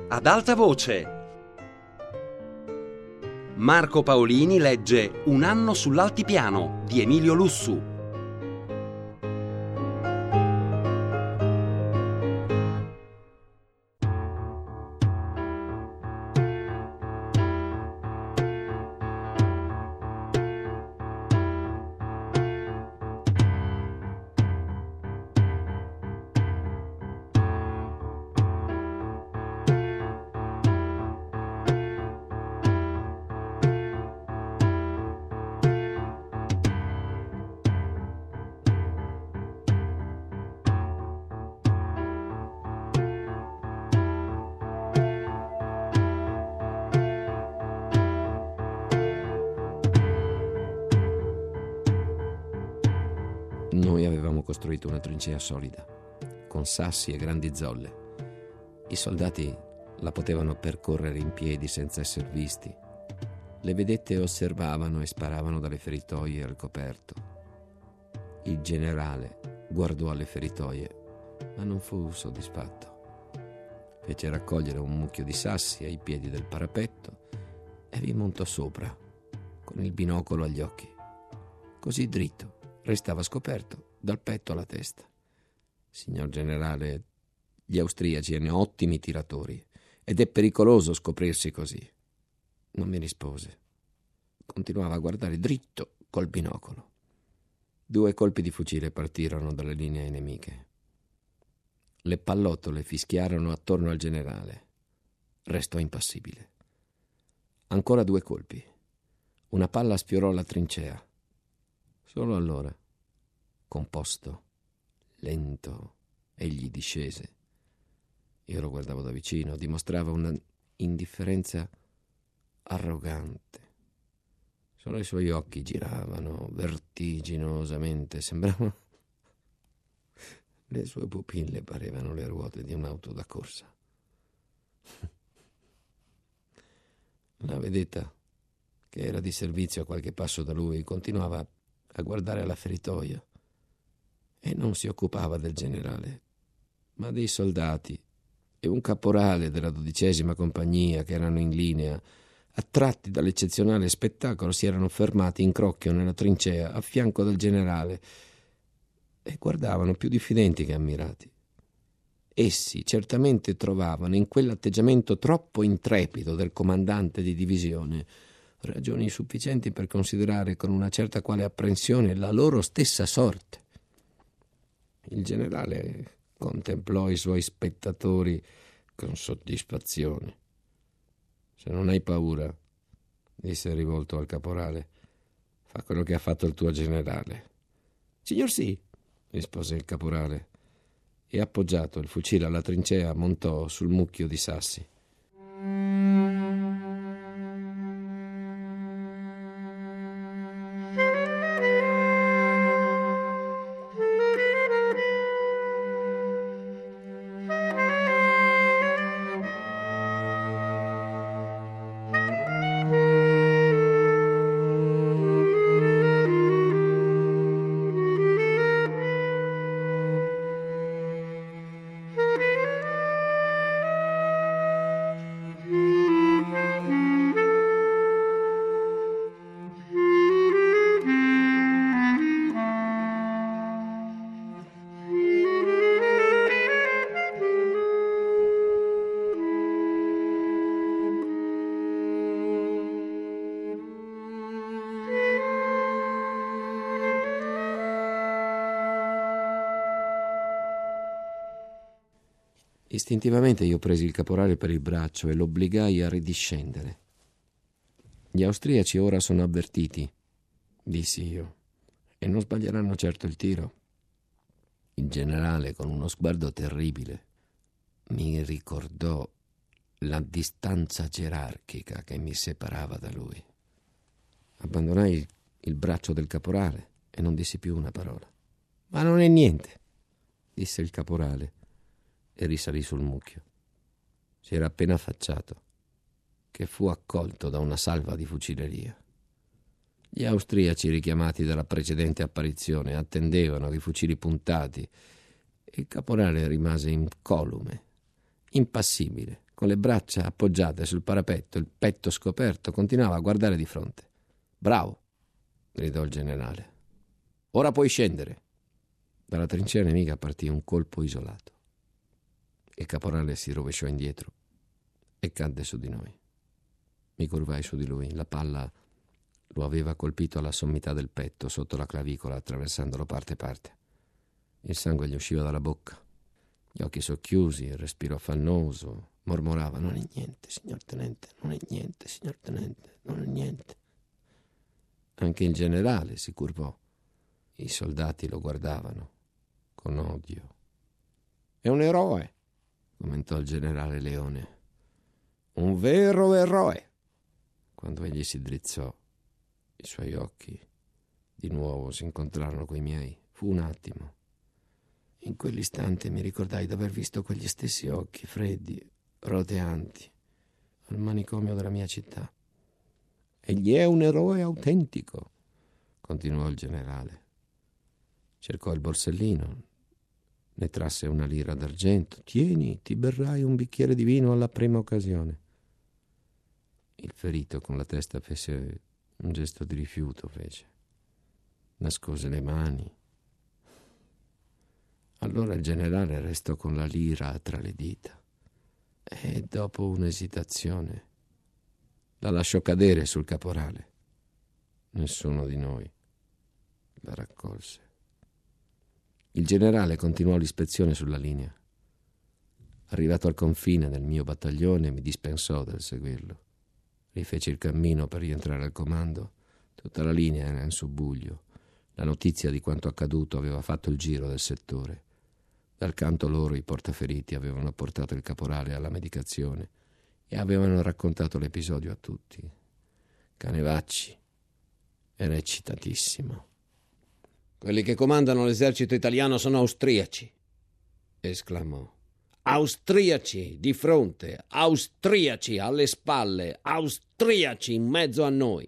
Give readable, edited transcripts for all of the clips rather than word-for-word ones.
ad alta voce. Marco Paolini legge Un anno sull'altipiano di Emilio Lussu. Noi avevamo costruito una trincea solida, con sassi e grandi zolle. I soldati la potevano percorrere in piedi senza essere visti. Le vedette osservavano e sparavano dalle feritoie al coperto. Il generale guardò alle feritoie, ma non fu soddisfatto. Fece raccogliere un mucchio di sassi ai piedi del parapetto e vi montò sopra, con il binocolo agli occhi. Così dritto, restava scoperto dal petto alla testa. Signor generale, gli austriaci hanno ottimi tiratori ed è pericoloso scoprirsi così. Non mi rispose. Continuava a guardare dritto col binocolo. 2 colpi di fucile partirono dalle linee nemiche. Le pallottole fischiarono attorno al generale. Restò impassibile. Ancora 2 colpi. Una palla sfiorò la trincea. Solo allora, composto, lento, egli discese. Io lo guardavo da vicino, dimostrava una indifferenza arrogante. Solo i suoi occhi giravano vertiginosamente, sembravano... Le sue pupille parevano le ruote di un'auto da corsa. La vedetta, che era di servizio a qualche passo da lui, continuava a guardare la feritoia e non si occupava del generale, ma dei soldati e un caporale della 12ª compagnia che erano in linea, attratti dall'eccezionale spettacolo, si erano fermati in crocchio nella trincea a fianco del generale e guardavano più diffidenti che ammirati. Essi certamente trovavano in quell'atteggiamento troppo intrepido del comandante di divisione ragioni sufficienti per considerare con una certa quale apprensione la loro stessa sorte. Il generale contemplò i suoi spettatori con soddisfazione. «Se non hai paura», disse rivolto al caporale, «fa quello che ha fatto il tuo generale». «Signor sì», rispose il caporale, e appoggiato il fucile alla trincea montò sul mucchio di sassi. Istintivamente io presi il caporale per il braccio e l'obbligai a ridiscendere. «Gli austriaci ora sono avvertiti», dissi io, «e non sbaglieranno certo il tiro». Il generale, con uno sguardo terribile, mi ricordò la distanza gerarchica che mi separava da lui. Abbandonai il braccio del caporale e non dissi più una parola. «Ma non è niente», disse il caporale, e risalì sul mucchio. Si era appena affacciato, che fu accolto da una salva di fucileria. Gli austriaci, richiamati dalla precedente apparizione, attendevano i fucili puntati e il caporale rimase incolume, impassibile, con le braccia appoggiate sul parapetto, il petto scoperto, continuava a guardare di fronte. «Bravo!» gridò il generale. «Ora puoi scendere!» Dalla trincea nemica partì un colpo isolato. Il caporale si rovesciò indietro e cadde su di noi. Mi curvai su di lui. La palla lo aveva colpito alla sommità del petto, sotto la clavicola, attraversandolo parte parte. Il sangue gli usciva dalla bocca. Gli occhi socchiusi, il respiro affannoso. Mormorava: «Non è niente, signor tenente, non è niente, signor tenente, non è niente». Anche il generale si curvò. I soldati lo guardavano con odio. «È un eroe», commentò il generale Leone. «Un vero eroe». Quando egli si drizzò, i suoi occhi di nuovo si incontrarono coi miei. Fu un attimo. In quell'istante mi ricordai d'aver visto quegli stessi occhi freddi, roteanti, al manicomio della mia città. «Egli è un eroe autentico», continuò il generale. Cercò il borsellino, ne trasse una lira d'argento. «Tieni, ti berrai un bicchiere di vino alla prima occasione». Il ferito con la testa fece un gesto di rifiuto, nascose le mani. Allora il generale restò con la lira tra le dita e, dopo un'esitazione, la lasciò cadere sul caporale. Nessuno di noi la raccolse. Il generale continuò l'ispezione sulla linea. Arrivato al confine del mio battaglione, mi dispensò del seguirlo. Rifece il cammino per rientrare al comando. Tutta la linea era in subbuglio. La notizia di quanto accaduto aveva fatto il giro del settore. Dal canto loro i portaferiti avevano portato il caporale alla medicazione e avevano raccontato l'episodio a tutti. Canevacci era eccitatissimo. «Quelli che comandano l'esercito italiano sono austriaci», esclamò. «Austriaci di fronte, austriaci alle spalle, austriaci in mezzo a noi».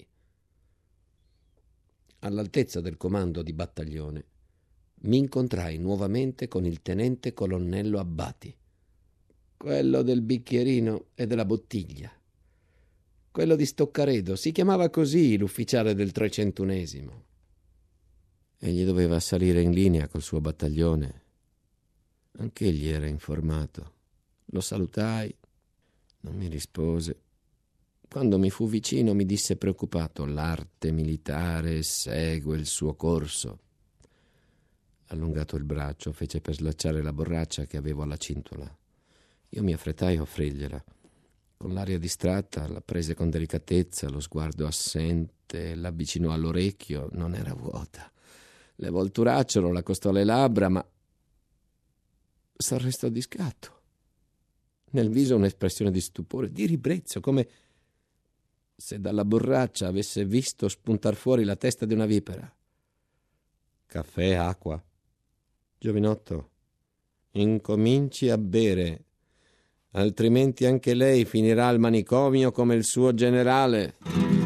All'altezza del comando di battaglione mi incontrai nuovamente con il tenente colonnello Abbati, quello del bicchierino e della bottiglia, quello di Stoccaredo. Si chiamava così l'ufficiale del 301esimo. Egli doveva salire in linea col suo battaglione. Anch'egli era informato. Lo salutai, non mi rispose. Quando mi fu vicino mi disse preoccupato: «L'arte militare segue il suo corso». Allungato il braccio, fece per slacciare la borraccia che avevo alla cintola. Io mi affrettai a offrirgliela. Con l'aria distratta la prese con delicatezza, lo sguardo assente, l'avvicinò all'orecchio. Non era vuota. Levò il turacciolo, l'accostò alle labbra, ma s'arrestò di scatto. Nel viso un'espressione di stupore, di ribrezzo, come se dalla borraccia avesse visto spuntar fuori la testa di una vipera. «Caffè, acqua?» «Giovinotto, incominci a bere, altrimenti anche lei finirà al manicomio come il suo generale».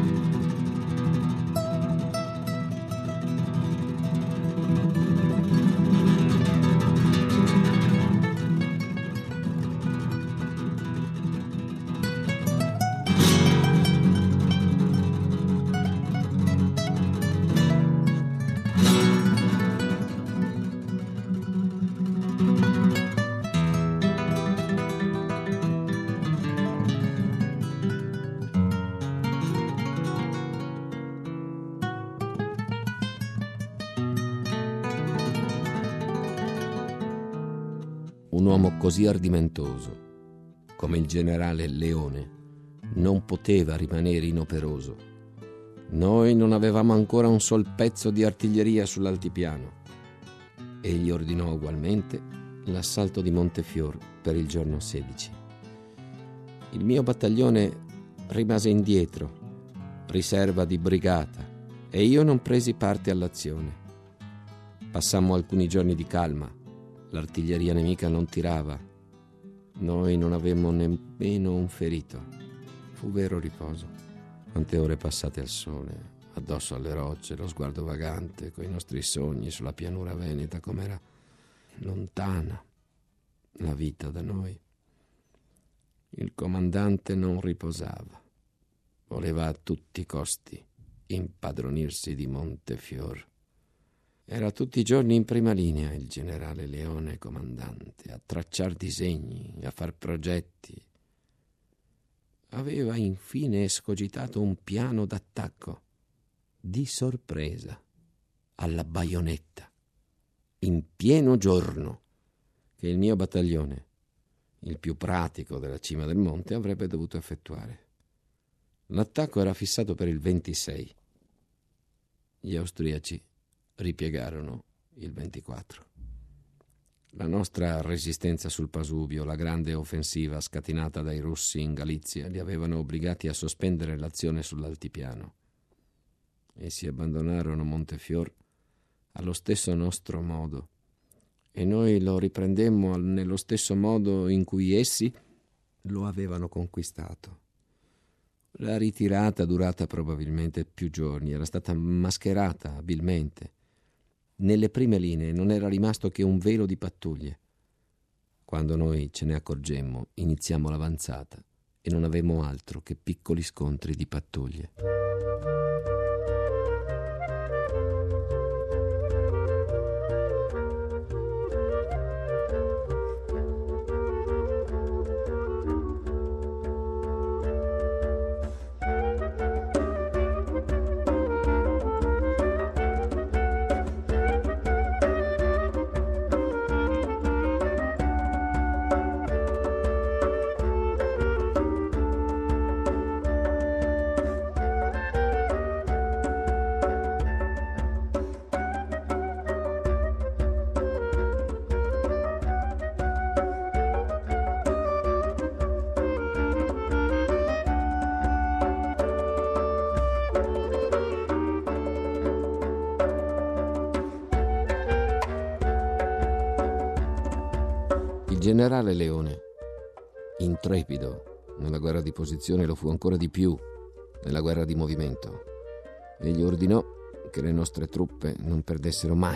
Un uomo così ardimentoso come il generale Leone non poteva rimanere inoperoso. Noi non avevamo ancora un sol pezzo di artiglieria sull'altipiano. Egli ordinò ugualmente l'assalto di Montefiore per il giorno 16. Il mio battaglione rimase indietro, riserva di brigata, e io non presi parte all'azione. Passammo alcuni giorni di calma. L'artiglieria nemica non tirava. Noi non avemmo nemmeno un ferito. Fu vero riposo. Quante ore passate al sole, addosso alle rocce, lo sguardo vagante, coi nostri sogni sulla pianura veneta, com'era lontana la vita da noi. Il comandante non riposava. Voleva a tutti i costi impadronirsi di Montefiore. Era tutti i giorni in prima linea il generale Leone comandante, a tracciar disegni, a far progetti. Aveva infine escogitato un piano d'attacco di sorpresa, alla baionetta, in pieno giorno, che il mio battaglione, il più pratico della cima del monte, avrebbe dovuto effettuare. L'attacco era fissato per il 26. Gli austriaci ripiegarono il 24. La nostra resistenza sul Pasubio, la grande offensiva scatenata dai russi in Galizia, li avevano obbligati a sospendere l'azione sull'altipiano. Essi abbandonarono Montefiore allo stesso nostro modo, e noi lo riprendemmo nello stesso modo in cui essi lo avevano conquistato. La ritirata, durata probabilmente più giorni, era stata mascherata abilmente. Nelle prime linee non era rimasto che un velo di pattuglie. Quando noi ce ne accorgemmo, iniziamo l'avanzata e non avevamo altro che piccoli scontri di pattuglie. Il generale Leone, intrepido nella guerra di posizione, lo fu ancora di più nella guerra di movimento. Egli ordinò che le nostre truppe non perdessero mai,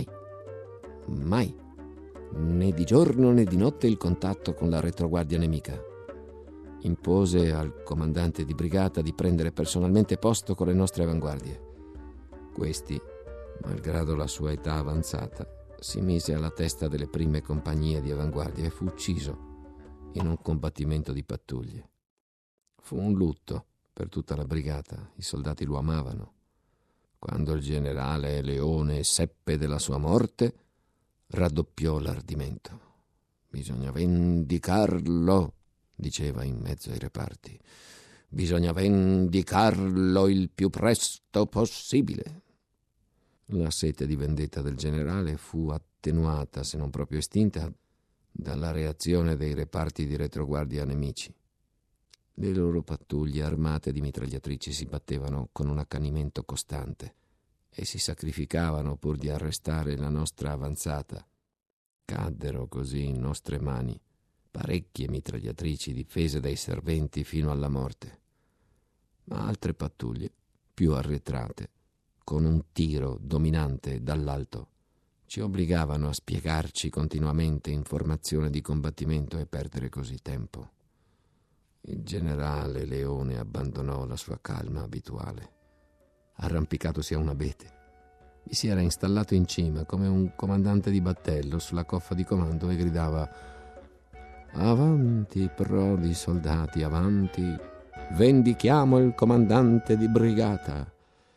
né di giorno né di notte, il contatto con la retroguardia nemica. Impose al comandante di brigata di prendere personalmente posto con le nostre avanguardie. Questi, malgrado la sua età avanzata, si mise alla testa delle prime compagnie di avanguardia e fu ucciso in un combattimento di pattuglie. Fu un lutto per tutta la brigata, i soldati lo amavano. Quando il generale Leone seppe della sua morte, raddoppiò l'ardimento. «Bisogna vendicarlo», diceva in mezzo ai reparti. «Bisogna vendicarlo il più presto possibile». La sete di vendetta del generale fu attenuata, se non proprio estinta, dalla reazione dei reparti di retroguardia nemici. Le loro pattuglie armate di mitragliatrici si battevano con un accanimento costante e si sacrificavano pur di arrestare la nostra avanzata. Caddero così in nostre mani parecchie mitragliatrici difese dai serventi fino alla morte. Ma altre pattuglie, più arretrate, con un tiro dominante dall'alto, ci obbligavano a spiegarci continuamente informazione di combattimento e perdere così tempo. Il generale Leone abbandonò la sua calma abituale. Arrampicatosi a un abete, vi si era installato in cima come un comandante di battello sulla coffa di comando e gridava: «Avanti, prodi soldati, avanti! Vendichiamo il comandante di brigata!»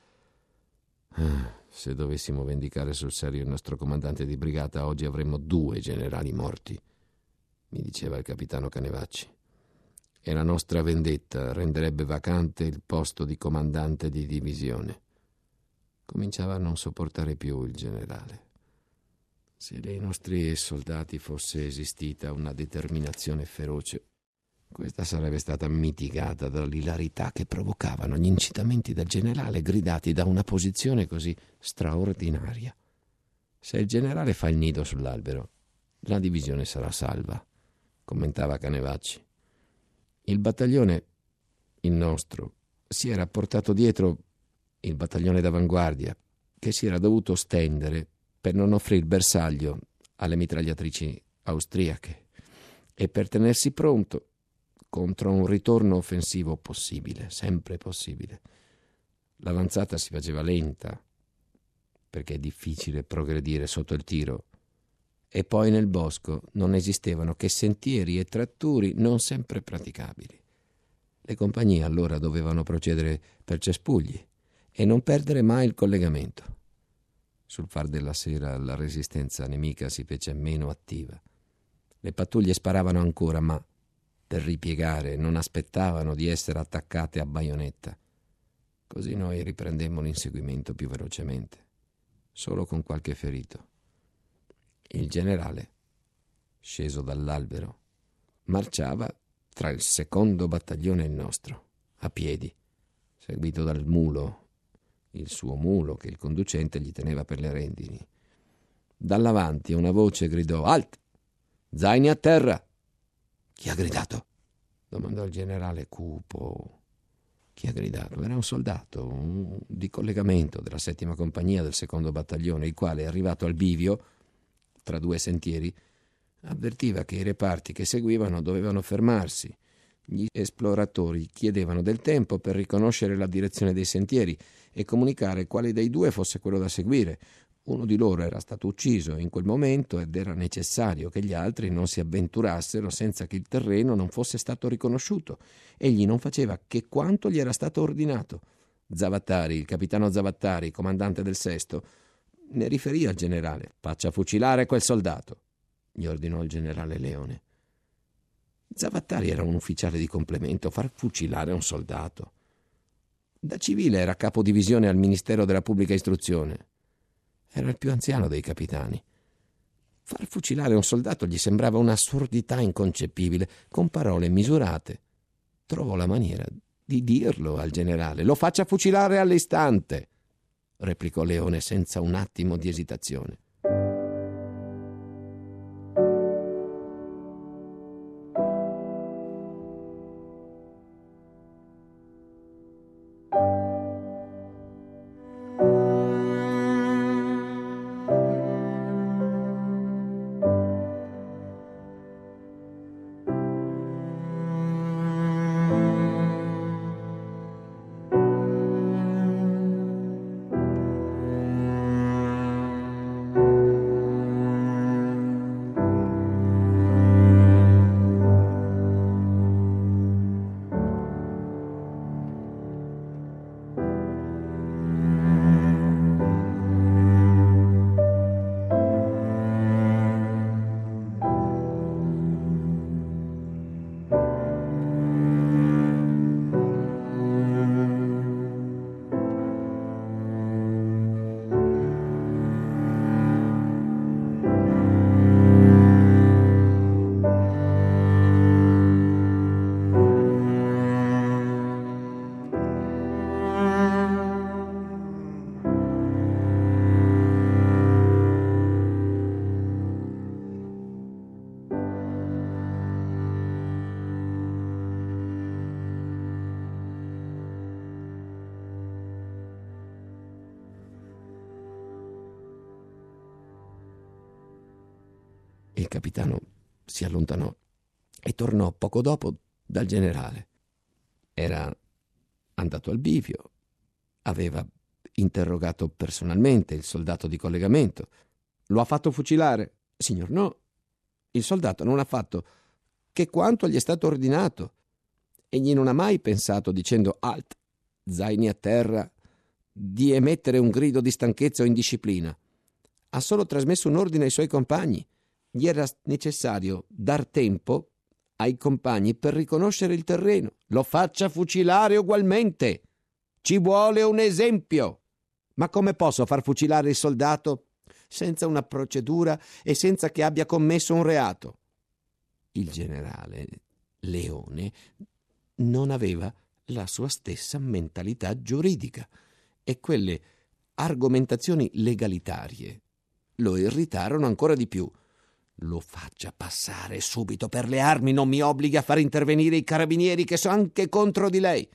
Se dovessimo vendicare sul serio il nostro comandante di brigata, oggi avremmo 2 generali morti, mi diceva il capitano Canevacci, e la nostra vendetta renderebbe vacante il posto di comandante di divisione. Cominciava a non sopportare più il generale. Se dei nostri soldati fosse esistita una determinazione feroce, questa sarebbe stata mitigata dall'ilarità che provocavano gli incitamenti del generale gridati da una posizione così straordinaria. Se il generale fa il nido sull'albero, la divisione sarà salva, commentava Canevacci. Il battaglione, il nostro, si era portato dietro il battaglione d'avanguardia, che si era dovuto stendere per non offrire bersaglio alle mitragliatrici austriache, e per tenersi pronto contro un ritorno offensivo possibile, sempre possibile. L'avanzata si faceva lenta, perché è difficile progredire sotto il tiro, e poi nel bosco non esistevano che sentieri e tratturi non sempre praticabili. Le compagnie allora dovevano procedere per cespugli e non perdere mai il collegamento. Sul far della sera la resistenza nemica si fece meno attiva. Le pattuglie sparavano ancora, ma per ripiegare non aspettavano di essere attaccate a baionetta. Così noi riprendemmo l'inseguimento più velocemente, solo con qualche ferito. Il generale, sceso dall'albero, marciava tra il secondo battaglione e il nostro, a piedi, seguito dal mulo, il suo mulo che il conducente gli teneva per le rendini. Dall'avanti una voce gridò: «Halt! Zaini a terra!» «Chi ha gridato?» domandò il generale cupo. Chi ha gridato? Era un soldato di collegamento della 7ª compagnia del secondo battaglione, il quale, arrivato al bivio tra 2 sentieri, avvertiva che i reparti che seguivano dovevano fermarsi. Gli esploratori chiedevano del tempo per riconoscere la direzione dei sentieri e comunicare quale dei 2 fosse quello da seguire. Uno di loro era stato ucciso in quel momento ed era necessario che gli altri non si avventurassero senza che il terreno non fosse stato riconosciuto. Egli non faceva che quanto gli era stato ordinato. Zavattari, il capitano Zavattari, comandante del 6º, ne riferì al generale. «Faccia fucilare quel soldato», gli ordinò il generale Leone. Zavattari era un ufficiale di complemento, far fucilare un soldato. Da civile era capodivisione al Ministero della Pubblica Istruzione. Era il più anziano dei capitani. Far fucilare un soldato gli sembrava un'assurdità inconcepibile. Con parole misurate trovò la maniera di dirlo al generale. «Lo faccia fucilare all'istante», replicò Leone senza un attimo di esitazione. Il capitano si allontanò e tornò poco dopo dal generale. Era andato al bivio, aveva interrogato personalmente il soldato di collegamento. «Lo ha fatto fucilare?» «Signor, no. Il soldato non ha fatto che quanto gli è stato ordinato. Egli non ha mai pensato, dicendo halt, zaini a terra, di emettere un grido di stanchezza o indisciplina. Ha solo trasmesso un ordine ai suoi compagni. Gli era necessario dar tempo ai compagni per riconoscere il terreno. Lo faccia fucilare ugualmente. Ci vuole un esempio. Ma come posso far fucilare il soldato senza una procedura e senza che abbia commesso un reato?» Il generale Leone non aveva la sua stessa mentalità giuridica e quelle argomentazioni legalitarie lo irritarono ancora di più. «Lo faccia passare subito per le armi, non mi obblighi a far intervenire i carabinieri che sono anche contro di lei».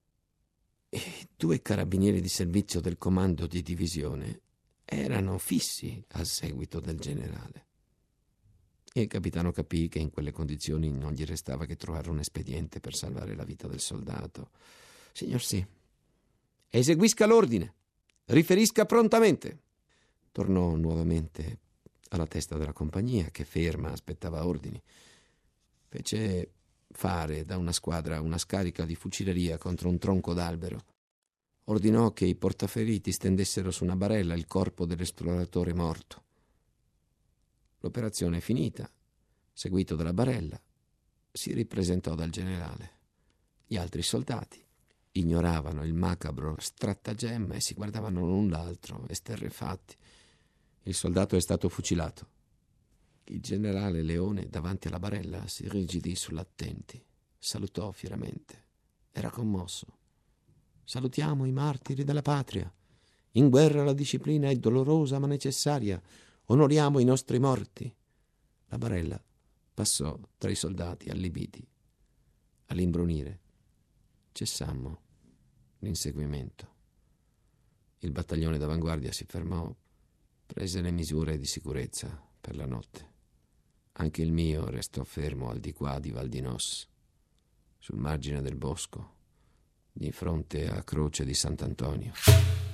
E 2 carabinieri di servizio del comando di divisione erano fissi al seguito del generale. E il capitano capì che in quelle condizioni non gli restava che trovare un espediente per salvare la vita del soldato. «Signor sì». «Eseguisca l'ordine. Riferisca prontamente». Tornò nuovamente alla testa della compagnia, che ferma aspettava ordini. Fece fare da una squadra una scarica di fucileria contro un tronco d'albero. Ordinò che i portaferiti stendessero su una barella il corpo dell'esploratore morto. L'operazione finita, seguito dalla barella, si ripresentò dal generale. Gli altri soldati ignoravano il macabro stratagemma e si guardavano l'un l'altro, esterrefatti. Il soldato è stato fucilato. Il generale Leone, davanti alla barella, si irrigidì sull'attenti, salutò fieramente. Era commosso. «Salutiamo i martiri della patria. In guerra la disciplina è dolorosa ma necessaria. Onoriamo i nostri morti». La barella passò tra i soldati allibiti. All'imbrunire cessammo l'inseguimento. Il battaglione d'avanguardia si fermò, prese le misure di sicurezza per la notte. Anche il mio restò fermo al di qua di Val di Nos, sul margine del bosco, di fronte a Croce di Sant'Antonio.